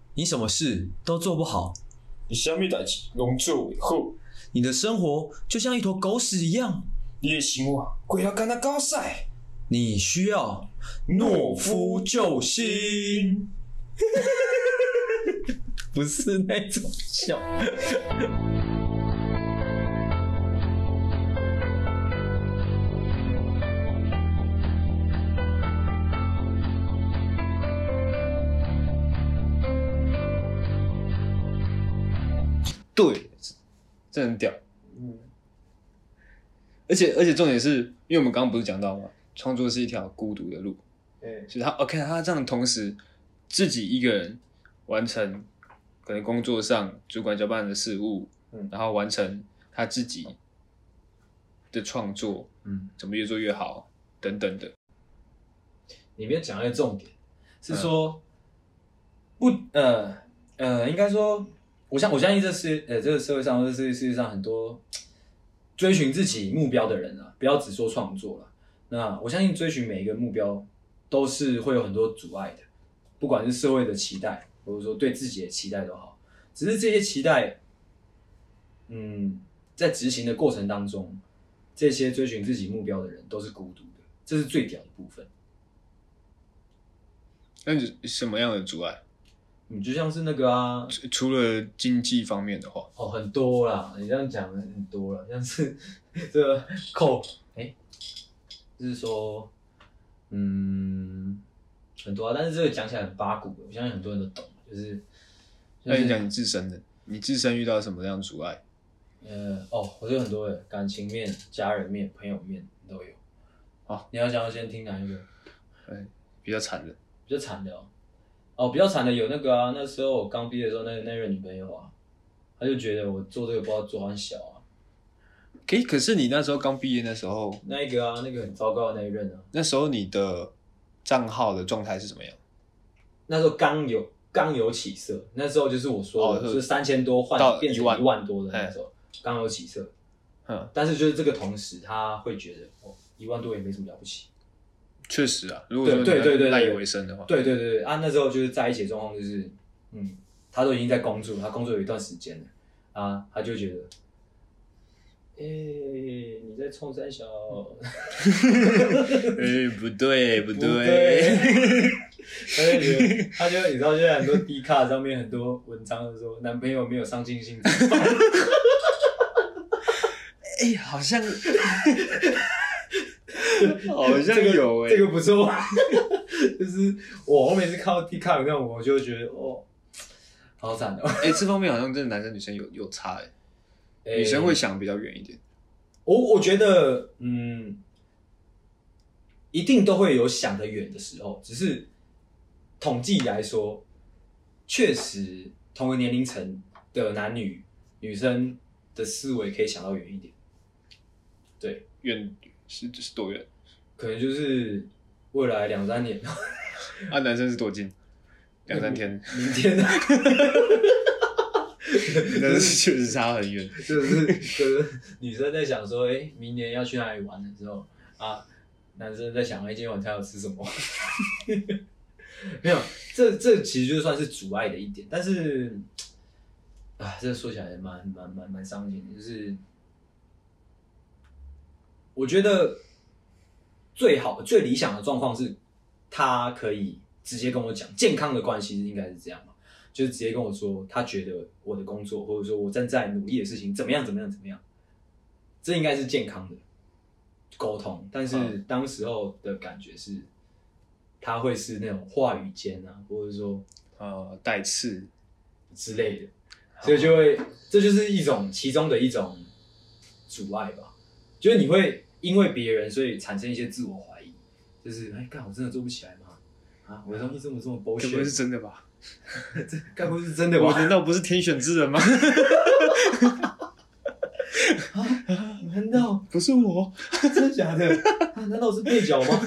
你什么事都做不好， 你什么代志拢做袂好， 你的生活就像一坨狗屎一样， 你的生活过了敢若狗屎。 你需要懦夫救星。不是那种笑。 对，这很屌。而且重点是，因为我们刚刚不是讲到嘛，创作是一条孤独的路。所以他这样同时自己一个人完成可能工作上主管交办的事务，然后完成他自己的创作，怎么越做越好等等的。 里面讲的重点是说，应该说，我相信这个社会上或者世界上很多追寻自己目标的人啊，不要只说创作了。那我相信追寻每一个目标都是会有很多阻碍的，不管是社会的期待，或者说对自己的期待都好。只是这些期待，在执行的过程当中，这些追寻自己目标的人都是孤独的，这是最屌的部分。 那什么样的阻碍？ 就像是那个啊， 除了经济方面的话， 很多啦，你这样讲很多了，像是这个就是说，很多啊，但是这个讲起来很八股的，我相信很多人都懂， 那你讲你自身遇到什么样的阻碍？ 我觉得很多的感情面、家人面、朋友面都有。好，你要先听哪一个？ 比较惨的。 比较惨的比较惨的有那个啊，那时候我刚毕业的时候，那任女朋友啊，她就觉得我做这个不知道做很小啊。 可是你那时候刚毕业那时候， 那个很糟糕的那一任啊。 那时候你的账号的状态是怎么样？ 那时候刚有起色，那时候就是我说的，就是3000多换变成1万多的那时候，刚有起色。但是就是这个同时，他会觉得1万多也没什么了不起。 确实啊，如果说你赖以为生的话， 对啊，那时候就是在一起的状况就是，他都已经在工作，他工作有一段时间了啊，他就觉得，你在冲三小， 不对， 他就你知道现在很多 D 卡上面很多文章都说男朋友没有上进心， 好像。好像有这个不错，就是我每次看到 D 卡那种，我就觉得好惨哦。 这方面好像真的男生女生有差女生会想比较远一点。 我觉得一定都会有想得远的时候，只是统计来说，确实同个年龄层的女生的思维可以想到远一点。对， 远是多远？ 可能就是未来2-3年。 男生是多近？2-3天？ 明天的。 但是确实差很远。 就是女生在想说，明年要去哪里玩的时候啊，男生在想，今天晚餐要吃什么？没有，这其实就算是阻碍的一点，但是，这说起来蛮伤心的，就是我觉得最理想的状况是，他可以直接跟我讲，健康的关系应该是这样嘛，就是直接跟我说，他觉得我的工作或者说我正在努力的事情怎么样，这应该是健康的沟通。但是当时候的感觉是，他会是那种话语间啊，或者说带刺之类的，所以这就是其中的一种阻碍吧，就是你会因为别人所以产生一些自我怀疑，就是干我真的做不起来吗？我的东西这么 bullshit， 该不会是真的吧？ 该不会是真的吧？ 我难道不是天选之人吗？ 难道不是我？ 真的假的？难道我是配角吗？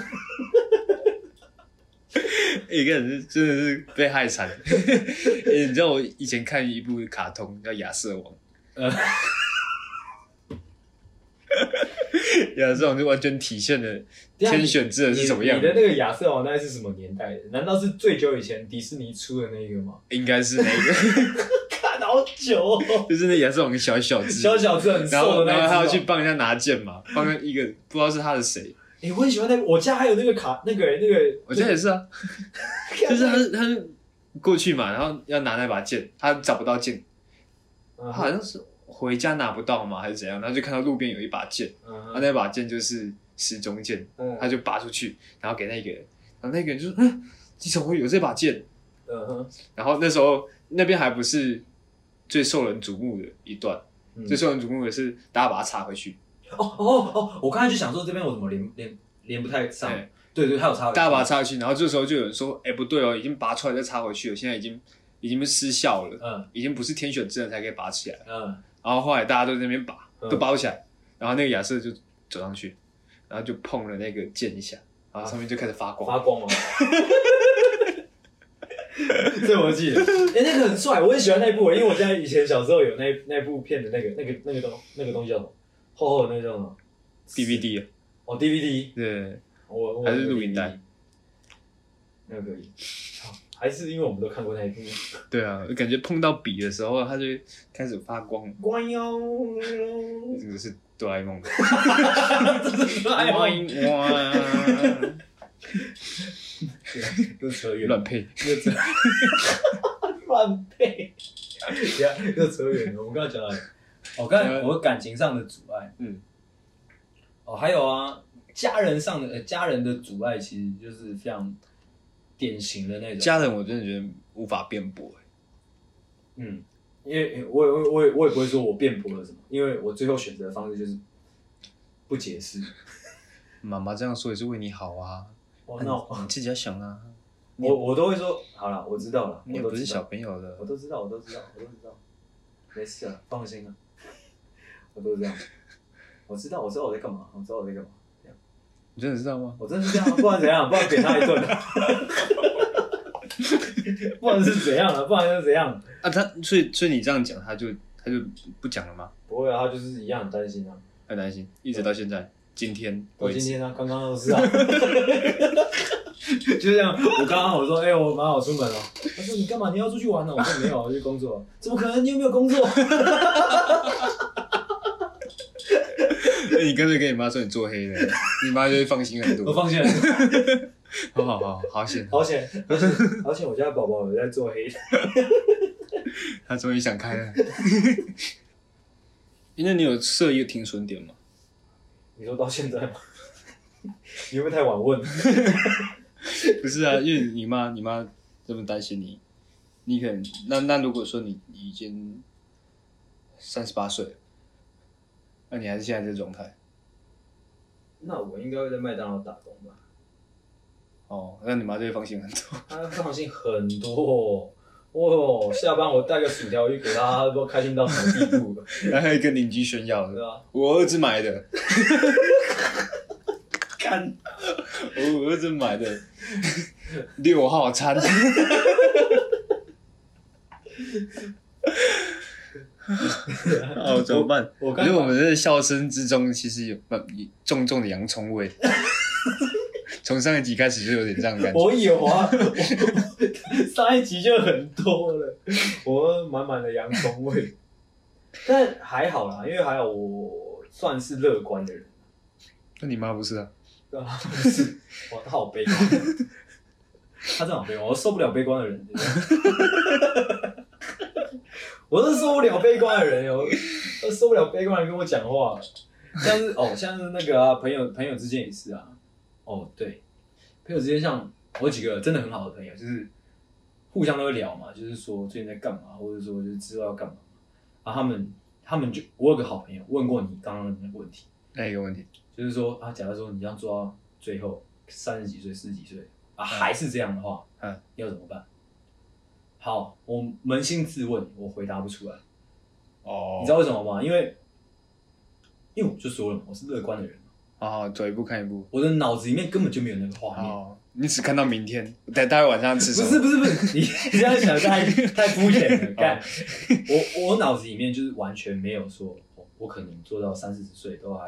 一个人真的是被害惨。你知道我以前看一部卡通叫《亚瑟王》， 亚瑟王就完全体现了天选之人是什么样你的那个亚瑟王大概是什么年代的？难道是最久以前迪士尼出的那个吗？ 应该是那个， 看好久哦， 就是那亚瑟王小小只， 小小只很瘦的那一只。 然后他要去帮人家拿剑嘛，帮一个不知道是他的谁。 我很喜欢那个，我家还有那个卡，那个， 我家也是啊，就是他过去嘛，然后要拿那把剑，他找不到剑，他好像是回家拿不到嘛，还是怎样？然后就看到路边有一把剑，他那把剑就是时钟剑，他就拔出去，然后给那个人，然后那个人就说：“你怎么会有这把剑？”然后那时候那边还不是最受人瞩目的一段，最受人瞩目的是大家把它插回去。 我刚才就想说这边我怎么连不太上？对，他有插回去， 大家把它插回去，然后这时候就有人说：“不对哦，已经拔出来再插回去了，现在已经失效了，已经不是天选之人才可以拔起来。”然后后来大家都在那边拔，都拔不起来，然后那个亚瑟就走上去，然后就碰了那个剑一下，然后上面就开始发光。 发光吗？这我记得，那个很帅，我很喜欢那部，因为我家以前小时候有那部片的那个东西叫什么？厚厚的那个叫什么 ？DVD 哦 ，DVD 对， 我还是录影带， 那个可以。还是因为我们都看过那一部。 对啊，感觉碰到笔的时候，它就开始发光。 光哟， 这个是哆啦 A 梦的。 这是哆啦 A 梦。哇！又扯远， 乱配， 乱配，又扯远了。我们刚刚讲了，刚才我感情上的阻碍，还有啊，家人的阻碍，其实就是非常典型的那种。 家人，我真的觉得无法辩驳。 因为我也不会说我辩驳了什么，因为我最后选择的方式就是不解释。 妈妈这样说也是为你好啊。你自己要想啊。 我都会说好了，我知道了。 你也不是小朋友了。 我都知道，没事啊，放心啊。我都这样，我知道我在干嘛， 你真的知道吗？ 我真的是这样，不然怎样？不然扁他一顿。不然是怎样啊？不然是怎样啊？所以你这样讲，他就不讲了吗？ 不会啊，他就是一样很担心啊， 很担心，一直到现在，今天啊，刚刚都是啊。就这样，我刚刚我说，我妈我出门了。他说你干嘛？你要出去玩呢？我说没有，我去工作。怎么可能？你有没有工作？ 你干脆跟你妈说你做黑的，你妈就会放心很多。 我放心很多。好险！ 我家宝宝有在做黑的。 他终于想开了。那你有设一个停损点吗？ 你说到现在吗？你会不会太晚问？ 不是啊，因为你妈这么担心你，你可能那如果说你已经38岁了，那你还是现在这状态， 那我应该会在麦当劳打工吧？ 那你妈就会放心很多。 她放心很多。下班我带个薯条鱼给她，都开心到什么地步了？ 然后还跟邻居炫耀， 对啊， 我儿子买的。 干， 我儿子买的6号餐。怎么办？我觉得我们的笑声之中其实有重重的洋葱味。从上一集开始就有点这样的感觉。 我有啊，上一集就很多了，我满满的洋葱味。但还好啦，因为还好我算是乐观的人。 那你妈不是啊？ 对啊，不是，他好悲观，他真的好悲观，我受不了悲观的人。我是受不了悲观的人，我受不了悲观的人跟我讲话。像是那个啊，朋友之间也是啊。对，朋友之间像我有几个真的很好的朋友，就是互相都会聊嘛，就是说最近在干嘛，或者说就是知道要干嘛。啊，他们就我有个好朋友问过你刚刚的那个问题， 哪一个问题？ 就是说啊，假如说你这样做到最后30几岁、40几岁啊，还是这样的话，要怎么办？好，我扪心自问，我回答不出来。你知道为什么吗？因为我就说了嘛，我是乐观的人。 走一步看一步。我的脑子里面根本就没有那个画面。 你只看到明天，待会晚上吃什么？ 不是，你这样想太肤浅了。干，我脑子里面就是完全没有说，我可能做到30-40岁都还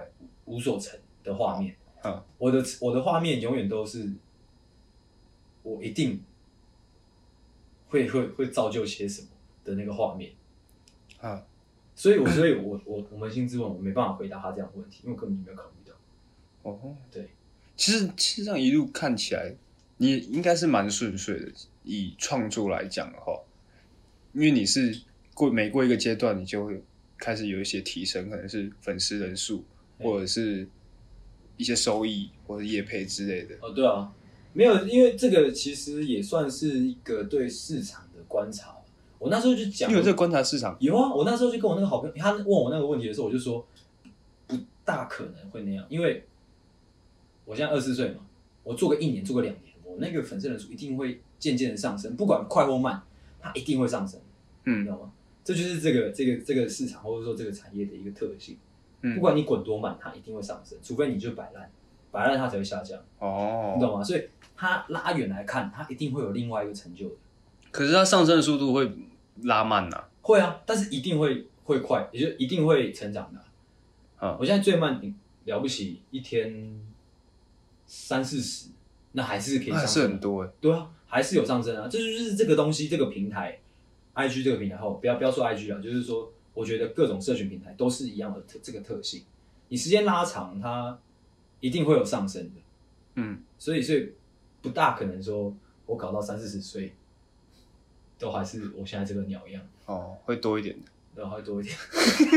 无所成的画面。 嗯， 我的画面永远都是我一定会造就些什么的那个画面。 啊， 所以我扪心自问，我没办法回答他这样的问题，因为我根本就没有考虑到。 哦， 对， 其实这样一路看起来，你应该是蛮顺遂的。以创作来讲的话，因为你是每过一个阶段，你就会开始有一些提升，可能是粉丝人数，或者是一些收益或者业配之类的。 哦，对啊，没有，因为这个其实也算是一个对市场的观察。我那时候就讲， 你有这个观察市场？ 有啊，我那时候就跟我那个好朋友，他问我那个问题的时候，我就说不大可能会那样，因为我现在24岁嘛，我做个1年，做个2年，我那个粉丝人数一定会渐渐的上升，不管快或慢，它一定会上升，你知道吗？这就是这个市场或者说这个产业的一个特性。不管你滚多慢，它一定会上升，除非你就摆烂它才会下降。哦，你懂吗？所以它拉远来看，它一定会有另外一个成就的。 可是它上升的速度会拉慢啊？ 会啊，但是一定会快，也就一定会成长的。我现在最慢了不起一天30-40，那还是可以上升， 还是很多哎。 对啊，还是有上升啊。这就是这个东西，这个平台 ，IG 这个平台后，不要说 IG 了，就是说，我觉得各种社群平台都是一样的这个特性。你时间拉长，它一定会有上升的。所以不大可能说我搞到30-40岁，都还是我现在这个鸟样。 哦，会多一点的。 对，会多一点。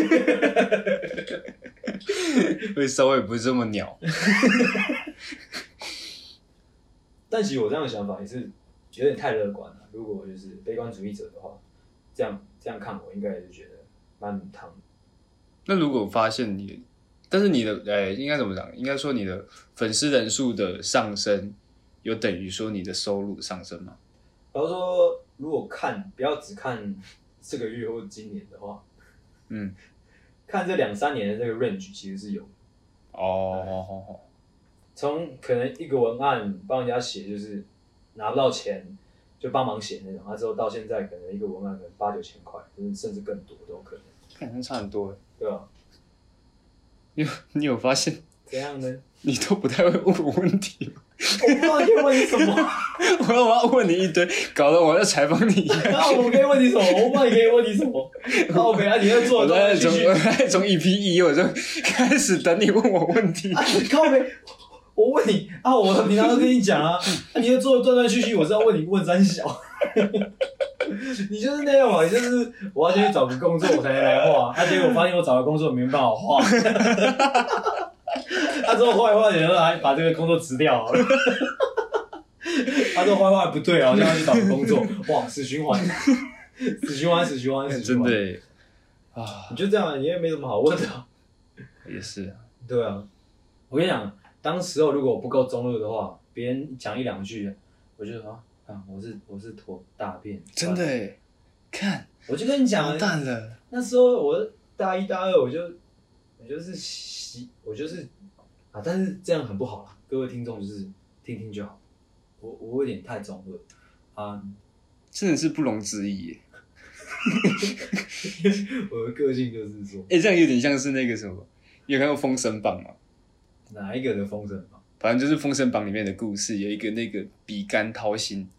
会稍微不是这么鸟。 但其实我这样的想法也是有点太乐观了。如果我就是悲观主义者的话，这样看我应该也是觉得蛮母汤的。 那如果发现但是你的应该怎么讲？应该说你的粉丝人数的上升，有等于说你的收入上升吗？ 比如说，如果不要只看这个月或今年的话，看这2-3年的这个 range 其实是有的。 哦，从可能一个文案帮人家写，就是拿不到钱，就帮忙写那种，之后到现在可能一个文案可能8-9千块，甚至更多都有可能。 看能差很多哎。 对啊。 你有发现？ 怎样呢？ 你都不太会问我问题。 我不知道可以问你什么。 我要问你一堆，搞得我在采访你一样。 那我可以问你什么？我不知道你可以问你什么。靠北啊！你在做的东西。 我在从EP1我就开始等你问我问题。 靠北，我问你啊，我平常都跟你讲啊，你就做的断断续续，我是要问你问三小。你就是那样嘛，你就是我要先去找个工作我才能来画，结果我发现我找个工作没办法画。之后画一画，然后还把这个工作辞掉了。之后画不对啊，我就要去找个工作，哇，死循环，死循环。 真的耶啊！ 你就这样，你也没什么好问的。 也是啊。对啊，我跟你讲，当时候如果我不够中二的话，别人讲1-2句，我就说我是坨大便。 真的耶，看， 我就跟你讲， 完蛋了。那时候我大1、大2，我就是啊，但是这样很不好啦，各位听众就是听听就好。我有点太中二啊， 真的是不容置疑耶。 我的个性就是说， 这样有点像是那个什么，你有看过《封神榜》吗？ 哪一个的《封神榜》？ 反正就是《封神榜》里面的故事，有一个那个比干掏心。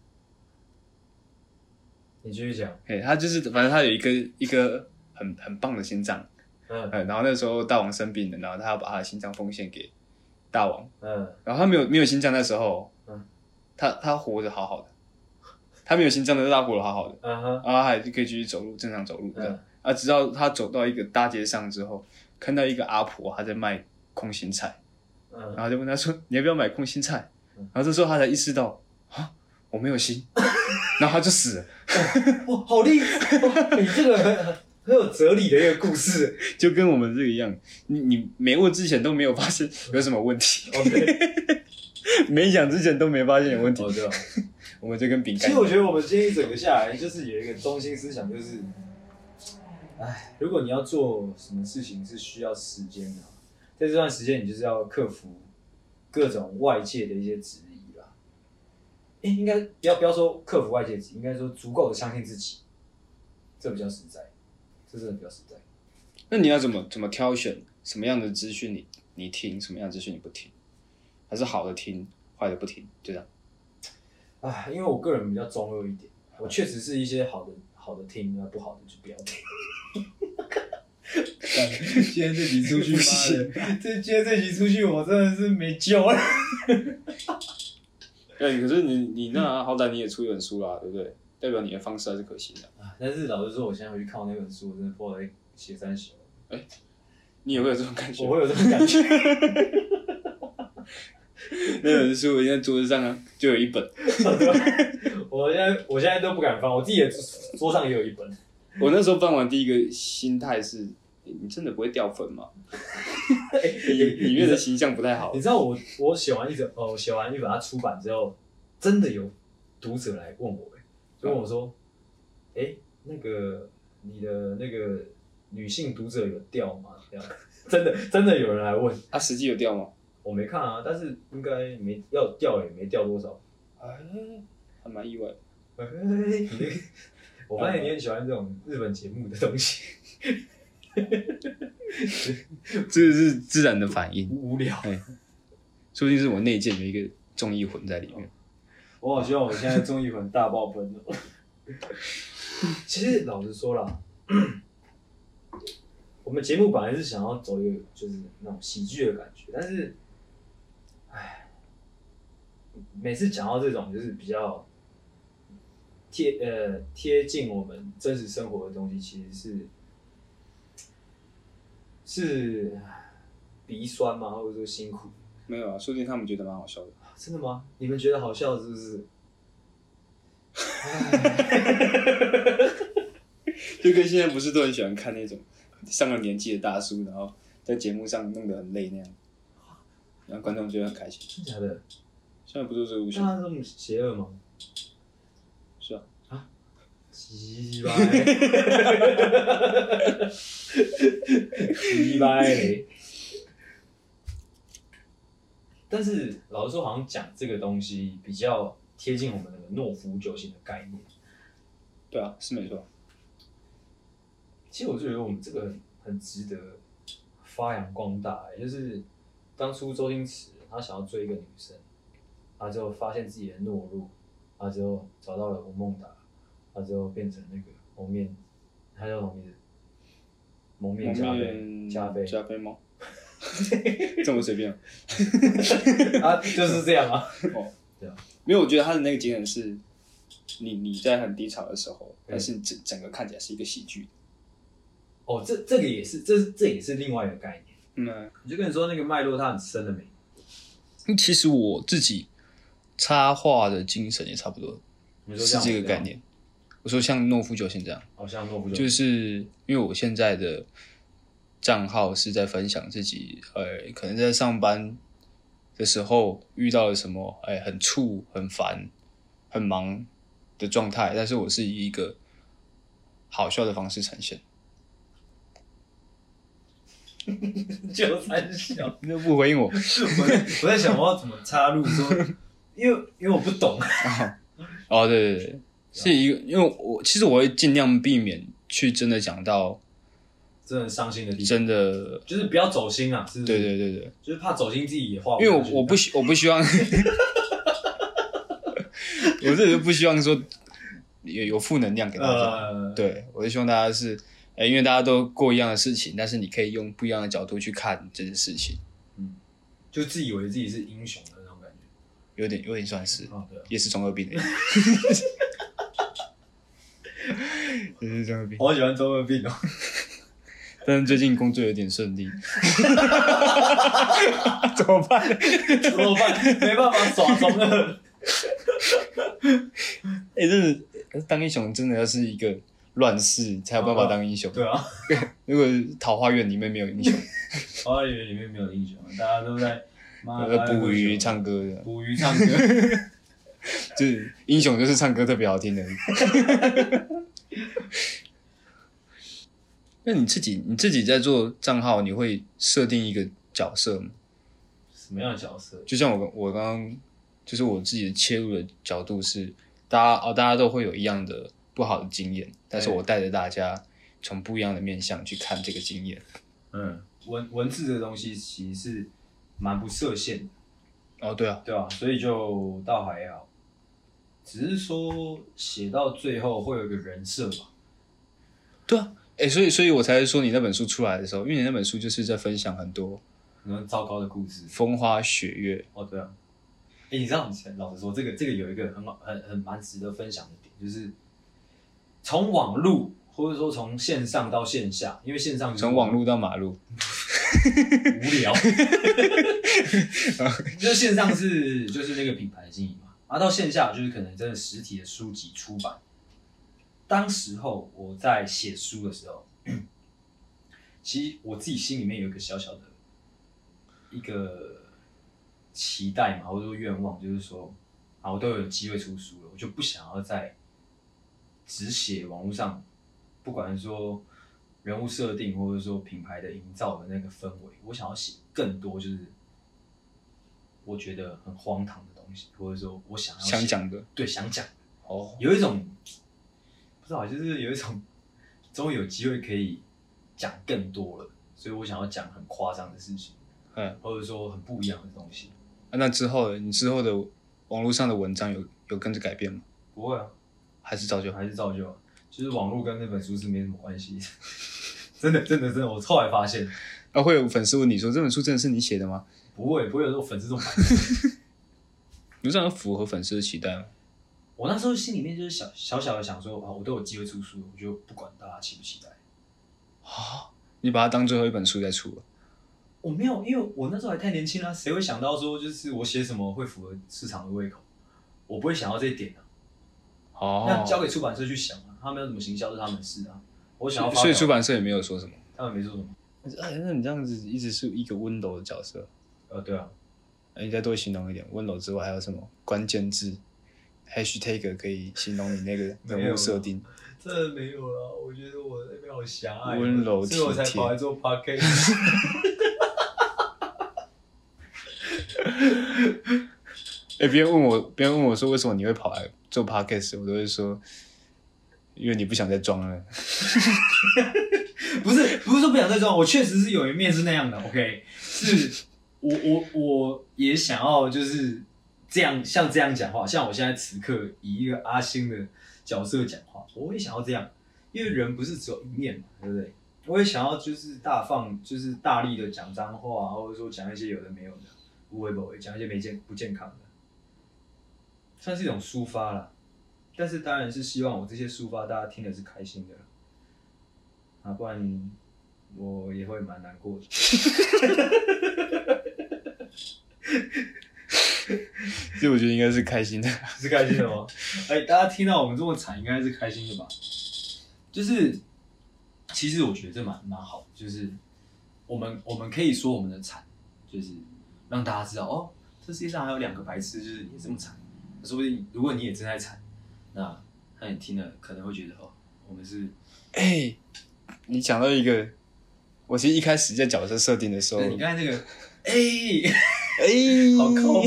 你继续讲。 他就是反正他有一个很棒的心脏，然后那时候大王生病了，然后他要把他的心脏奉献给大王，然后他没有心脏那时候，他活得好好的，他没有心脏的，他活得好好的，然后他还可以继续走路，正常走路，直到他走到一个大街上之后，看到一个阿婆他在卖空心菜，然后就问他说你要不要买空心菜，然后这时候他才意识到我没有心，然后他就死了。 哇，好厉害！你这个很有哲理的一个故事， 就跟我们这个一样，你没问之前都没有发现有什么问题，没讲之前都没发现有问题。 对啊， 我们就跟饼干。 其实我觉得我们今天一整个下来，就是有一个中心思想，就是，如果你要做什么事情是需要时间的，在这段时间你就是要克服各种外界的一些质疑啦。应该不要说克服外界质疑，应该说足够的相信自己，这比较实在，这真的比较实在。 那你要怎么挑选什么样的资讯你听，什么样的资讯你不听，还是好的听，坏的不听，就这样。 啊，因为我个人比较中二一点，我确实是一些好的听，那不好的就不要听。今天这集出去，今天这集出去，我真的是没救了。 可是你那好歹你也出一本书啦，对不对？代表你的方式还是可行的。 但是老实说，我现在回去看我那本书，我真的不知道在写三小。 你也会有这种感觉？ 我会有这种感觉。 那本书我现在桌子上就有一本。 我现在都不敢翻，我自己的桌上也有一本。 我那时候翻完第一个心态是，你真的不会掉粉吗？里面的形象不太好。 你知道我写完一本它出版之后，真的有读者来问我，就问我说，那个你的那个女性读者有掉吗？这样真的有人来问。 实际有掉吗？ 我没看啊，但是应该没要掉也没掉多少。 还蛮意外。 我发现你很喜欢这种日本节目的东西。 这个是自然的反应。 无聊。 说不定是我内建有一个综艺魂在里面。 我好希望我现在综艺魂大爆喷哦。其实老实说啦，我们节目本来是想要走一个就是那种喜剧的感觉，但是，每次讲到这种就是比较贴近我们真实生活的东西，其实是鼻酸吗？或者说辛苦？ 没有啊，说不定他们觉得蛮好笑的。 真的吗？你们觉得好笑是不是？ 就跟现在不是都很喜欢看那种上了年纪的大叔，然后在节目上弄得很累那样，然后观众觉得很开心。 真的假的？ 现在不是这个路线。 那他这么邪恶吗？ 是啊。 鸡掰！鸡掰！但是老实说，好像讲这个东西比较贴近我们那个懦夫救星的概念。 对啊，是没错。 其实我就觉得我们这个很值得发扬光大，就是当初周星驰他想要追一个女生，他之后发现自己的懦弱，他之后找到了吴孟达，他之后变成那个蒙面，他叫什么名字？蒙面加菲吗？这么随便啊，就是这样啊。对啊， 没有，我觉得他的那个精神是，你在很低潮的时候，但是整个看起来是一个喜剧。 这个也是，这也是另外一个概念。我就跟你说那个脉络它很深的美。 其实我自己插画的精神也差不多，是这个概念。我说像懦夫救星这样， 像懦夫救星，就是因为我现在的账号是在分享自己，可能在上班的时候遇到了什么，很怵、很烦、很忙的状态，但是我是以一个好笑的方式呈现。 就三小， 你都不回应我。 我在想我要怎么插入说，因为我不懂。 对，是一个，因为其实我会尽量避免去真的讲到真的伤心的地方， 真的就是不要走心啊。是不是？ 对，就是怕走心自己也画不。 因为我不希望，我这里就不希望说有负能量给大家。对，我就希望大家是。因为大家都过一样的事情，但是你可以用不一样的角度去看这件事情。 就自以为自己是英雄的那种感觉， 有点算是，也是中二病的。也是中二病。 我好喜欢中二病哦。 但是最近工作有点顺利。怎么办？ 没办法耍中二。 真的当英雄真的要是一个乱世才有办法当英雄。 对啊。 如果桃花源里面没有英雄， 桃花源里面没有英雄，大家都在捕鱼唱歌的。 捕鱼唱歌。 就是英雄就是唱歌特别好听的。那你自己在做账号，你会设定一个角色吗？ 什么样的角色？ 就像我刚刚就是我自己的切入的角度是，大家都会有一样的不好的经验，但是我带着大家从不一样的面向去看这个经验。 文字的东西其实是蛮不设限的。 哦，对啊， 对啊，所以就倒还好，只是说写到最后会有一个人设吧。 对啊，所以我才说你那本书出来的时候，因为你那本书就是在分享很多糟糕的故事， 风花雪月。 哦，对啊。你知道，老实说，这个有一个很蛮值得分享的点，就是从网路或者说从线上到线下，因为线上从网路到马路， 无聊，就线上就是那个品牌经营嘛，到线下就是可能真的实体的书籍出版。当时候我在写书的时候，其实我自己心里面有一个小小的一个期待嘛，或者说愿望，就是说，我都有机会出书了，我就不想要再只写网络上，不管是说人物设定，或者说品牌的营造的那个氛围，我想要写更多，就是我觉得很荒唐的东西，或者说我想讲的， 对，想讲的， 哦， 有一种不知道，就是有一种终于有机会可以讲更多了，所以我想要讲很夸张的事情，或者说很不一样的东西。 那之后你之后的网络上的文章有跟着改变吗？ 不会啊， 还是照旧， 就是网络跟那本书是没什么关系。真的，我后来发现， 会有粉丝问你说这本书真的是你写的吗？ 不会有这种粉丝这种白痴。 你这样符合粉丝的期待吗？ 我那时候心里面就是小的想说，我都有机会出书，我就不管大家期不期待。 你把它当最后一本书在出了？ 我没有，因为我那时候还太年轻了，谁会想到说就是我写什么会符合市场的胃口？我不会想到这一点啊。那交给出版社去想啊，他们要怎么行销是他们的事啊。我想要所以出版社也没有说什么， 他们没说什么。 那你这样子一直是一个温柔的角色。 对啊。 你再多形容一点，温柔之外还有什么关键字 ？#hashtag 可以形容你那个人物设定。 真的没有了，我觉得我那边好狭隘， 温柔体贴， 所以我才跑来做 podcast。 别人问我说为什么你会跑来做 podcast， 我都会说，因为你不想再装了。 不是说不想再装，我确实是有一面是那样的 ，OK， 是我也想要就是这样像这样讲话，像我现在此刻以一个阿星的角色讲话，我也想要这样，因为人不是只有一面嘛，对不对？我也想要就是就是大力的讲脏话，或者说讲一些有的没有的，无为不为，讲一些不健康的，算是一种抒发啦。但是当然是希望我这些抒发大家听的是开心的啦，不然我也会蛮难过的。 所以我觉得应该是开心的， 是开心的吗？大家听到我们这么惨，应该是开心的吧？就是其实我觉得这蛮好的，就是我们可以说我们的惨，就是让大家知道哦，这世界上还有2个白痴，就是也这么惨。说不定如果你也正在惨，那你听了可能会觉得哦，我们是你讲到一个，我其实一开始在角色设定的时候， 你刚才那个好靠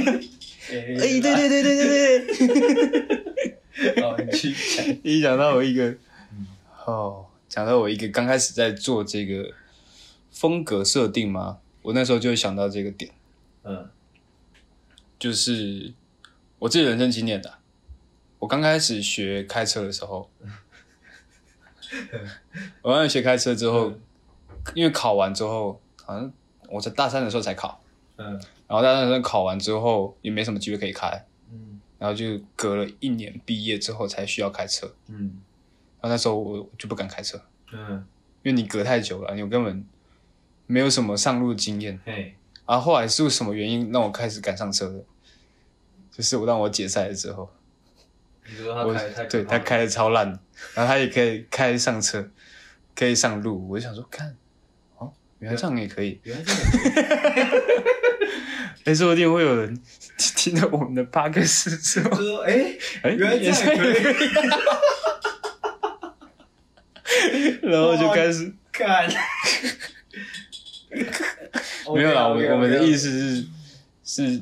对，好，你去讲。 你讲到我一个，讲到我一个刚开始在做这个风格设定嘛，我那时候就会想到这个点，就是我自己人生经验的。我刚开始学开车的时候，我刚开始学开车之后，因为考完之后，好像我在大3的时候才考，然后大3的时候考完之后也没什么机会可以开，然后就隔了1年毕业之后才需要开车，然后那时候我就不敢开车，因为你隔太久了，你根本没有什么上路的经验，然后后来是什么原因让我开始敢上车的？就是让我解赛了之后， 你说他开太对，他开的超烂，然后他也可以开上车，可以上路，我就想说，看，原来这样也可以， 原来这样也可以， 说不定会有人听到我们的 podcast 之后， 就说原来这样也可以， 然后就开始干。 没有啦，我们的意思是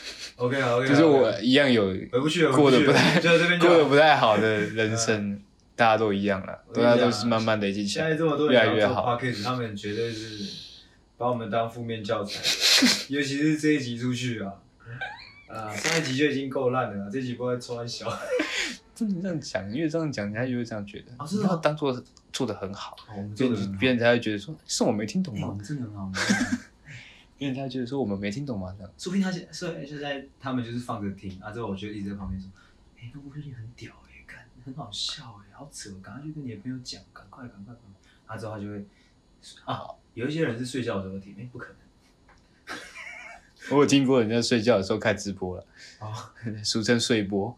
OK， 就是我一样有回不去了， 过得不太就在这边过得不太好的人生， 大家都一样了，大家都是慢慢累积起来， 现在这么多越来人要做越好。 podcast，他们绝对是把我们当负面教材，尤其是这一集出去啊，上一集就已经够烂了，这集不知道穿小。 不能这样讲，因为这样讲，人家就会这样觉得。 啊是吗你要当做做的很好， 我们做的别人才会觉得说，是我没听懂吗？ 我们真的很好， 因为他觉得说我们没听懂吗？这样。 说不定现在他们就是放着听啊，之后我就一直在旁边说，那部片很屌看很好笑好扯，赶快去跟你的朋友讲，赶快。啊之后他就会有一些人是睡觉的时候听，不可能。 我有听过人家睡觉的时候开直播了，俗称睡播。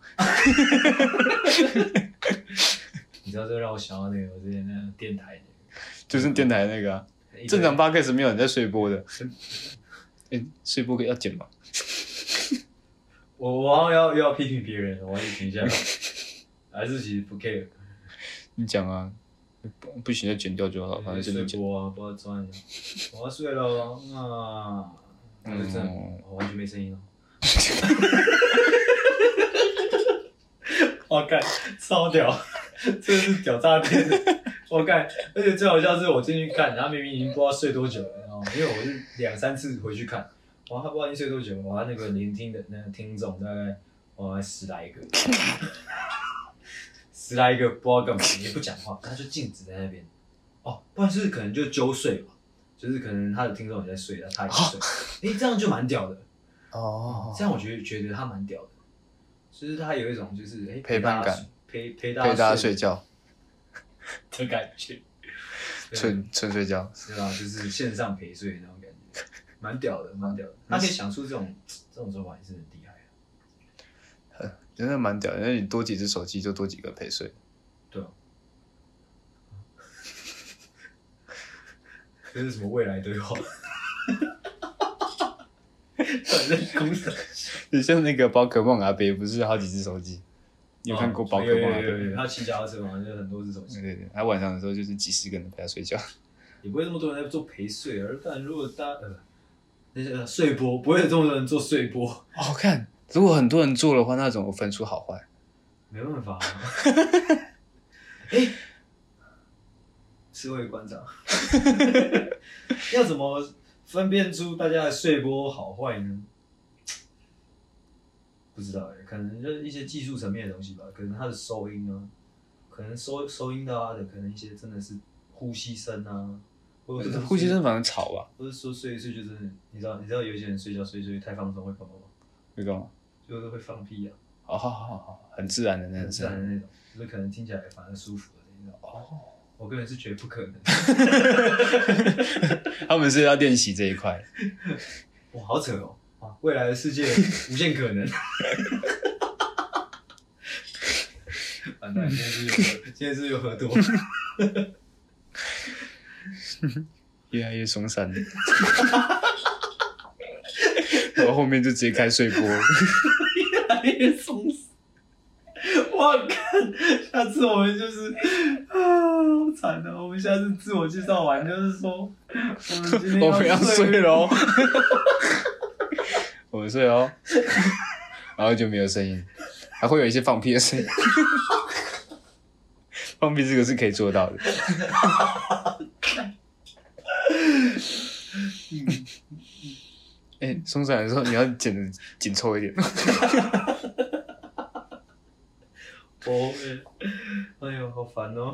你知道这让我想到那个我之前那个电台就是电台那个啊，正常 podcast 没有人在睡播的。睡播要剪吗？ 我好像又要批评别人，我要停一下，还是其实不 care。 你讲啊，不行就剪掉就好，反正是你剪。 睡播不要钻了，我要睡了啊！我完全没声音了。我干，超屌，这是屌炸天的！我干，而且最好笑是我进去看，他明明已经不知道睡多久了，你知道吗？因为我是2-3次回去看，哇，他不知道已经睡多久了，哇，那个聆听的那个听众大概10来个，10来个不知道干嘛，也不讲话，他就静止在那边。不然就是可能就揪睡吧，就是可能他的听众也在睡，他也在睡，这样就蛮屌的。这样我觉得他蛮屌的。就是他有一种就是陪伴感， 陪大家睡觉的感觉， 纯睡觉， 对吧？就是线上陪睡那种感觉，蛮屌的。他可以想出这种做法也是很厉害。 真的蛮屌的，因为你多几只手机就多几个陪睡。 对啊。这是什么未来对话？ 就像那个宝可梦阿伯不是好几只手机？你有看过宝可梦阿伯？ 有，他骑脚踏车嘛，就很多只手机。 对，他晚上的时候就是几十个人陪他睡觉。 也不会这么多人在做陪睡，但如果大家那些睡播，不会有这么多人做睡播。 看，如果很多人做的话，那种我分出好坏。 没办法。社会观察，要怎么分辨出大家的睡播好坏呢？不知道可能就是一些技术层面的东西吧，可能它的收音啊，可能收音到它的可能一些真的是呼吸声啊，或者是呼吸声反而吵吧， 或者说睡一睡就真的，你知道有一些人睡觉太放松会干嘛吗？ 会干嘛？ 就是会放屁啊。 好，很自然的那种， 很自然的那种，就是可能听起来反而舒服的那种。我个人是觉得不可能。 他们是要练习这一块。 哇，好扯哦！未来的世界无限可能。完蛋，今天是又喝多。 越来越松散了。然后后面就直接开睡播。 越来越松散。我看，下次我们就是好惨的。我们下次自我介绍完就是说，我们要睡喽。我们睡喽，然后就没有声音，还会有一些放屁的声音。放屁这个是可以做到的。松散的时候你要剪得紧凑一点。 哎呦，好烦哦！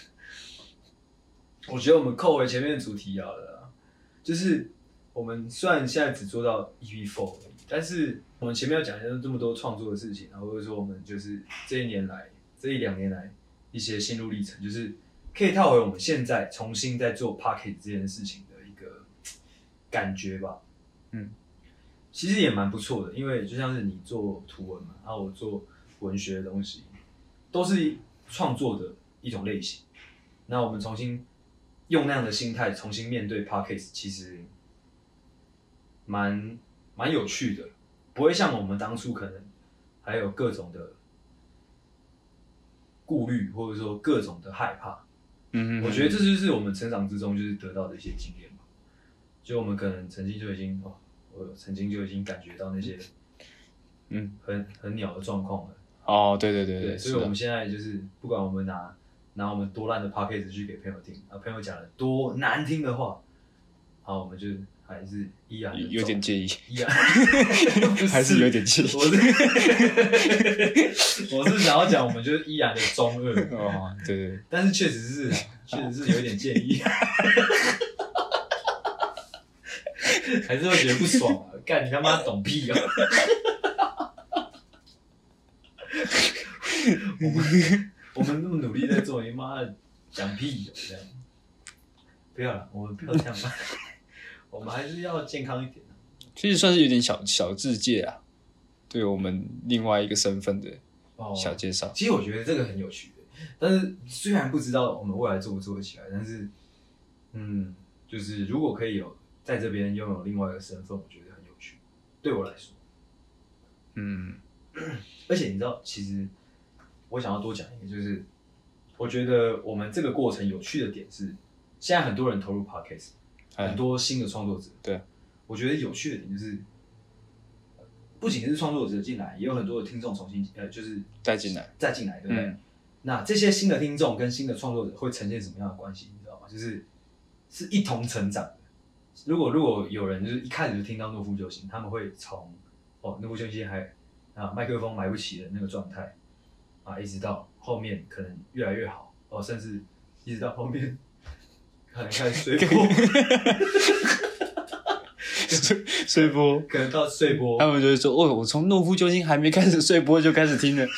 我觉得我们扣回前面的主题好了啦，就是我们虽然现在只做到 EP4 而已，但是我们前面要讲这么多创作的事情，然后或者说我们就是这1-2年来一些心路历程，就是可以套回我们现在重新在做 Podcast 这件事情的一个感觉吧。其实也蛮不错的，因为就像是你做图文嘛，然后我做文学的东西，都是创作的一种类型。那我们重新用那样的心态重新面对 Podcast， 其实蛮有趣的，不会像我们当初可能还有各种的顾虑，或者说各种的害怕。我觉得这就是我们成长之中就是得到的一些经验吧。就我们可能曾经就已经我曾经就已经感觉到那些很鸟的状况了。 对， 所以我们现在就是不管我们拿我们多烂的 podcast 去给朋友听，啊，朋友讲了多难听的话，好，我们就还是依然有点介意， 依然还是有点介意。 我是想要讲，我们就是依然的中二哦，对对， 但是确实是有一点建议，还是会觉得不爽啊！干你他妈懂屁啊！我们那么努力在做，你妈的讲屁这样，不要了，我们不要这样吧，我们还是要健康一点。 其实算是有点小自介啊，对我们另外一个身份的小介绍。 其实我觉得这个很有趣的，但是虽然不知道我们未来做不做得起来，但是就是如果可以有在这边拥有另外一个身份，我觉得很有趣，对我来说。而且你知道，其实我想要多讲一个，就是我觉得我们这个过程有趣的点是，现在很多人投入 podcast， 很多新的创作者。 对， 我觉得有趣的点就是，不仅是创作者进来，也有很多的听众重新就是再进来，对不对？那这些新的听众跟新的创作者会呈现什么样的关系？你知道吗？就是一同成长的。如果有人就是一开始就听到懦夫救星，他们会从懦夫救星麦克风买不起的那个状态啊，一直到后面可能越来越好甚至一直到后面可能开始睡播， 睡播， 可能到睡播， 他们就会说我从懦夫救星还没开始睡播就开始听了。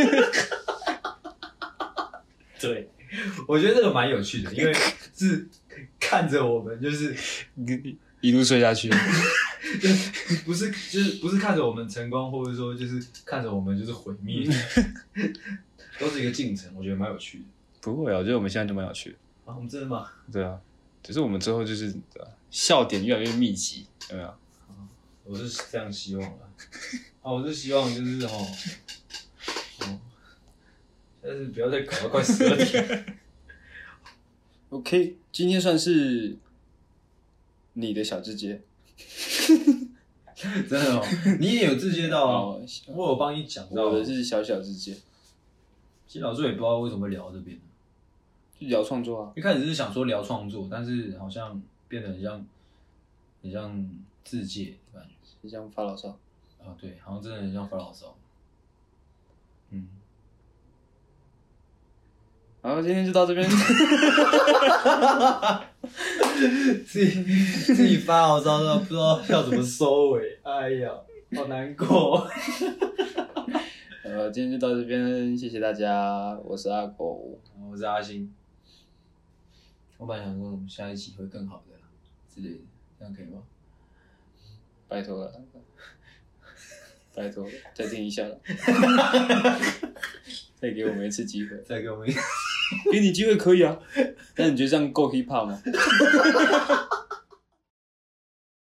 对，我觉得这个蛮有趣的，因为是看着我们就是一路睡下去， 不是看着我们成功，或者说就是看着我们就是毁灭，都是一个进程，我觉得蛮有趣的。 不会啊，我觉得我们现在就蛮有趣的。 啊，我们真的吗？ 对啊，只是我们之后就是笑点越来越密集，有没有？ 我是这样希望的。我是希望就是但是不要再搞到快12点。 OK， 今天算是你的小自介， 真的你也有自介到啊？我有帮你讲到， 我的是小自介。 其实老师也不知道为什么会聊这边， 就聊创作啊。 一开始是想说聊创作，但是好像变得很像自介的感觉， 很像发牢骚。 对，好像真的很像发牢骚。 好，今天就到这边。 自己发牢骚都不知道要怎么收尾，哎呀，好难过。 今天就到这边，谢谢大家，我是阿狗， 我是阿星。我本来想说我们下一期会更好的之类的，这样可以吗？ 拜托了，拜托，再听一下了。再给我们一次机会， 再给我们一次给你机会可以啊，但你觉得这样够 hip hop 吗？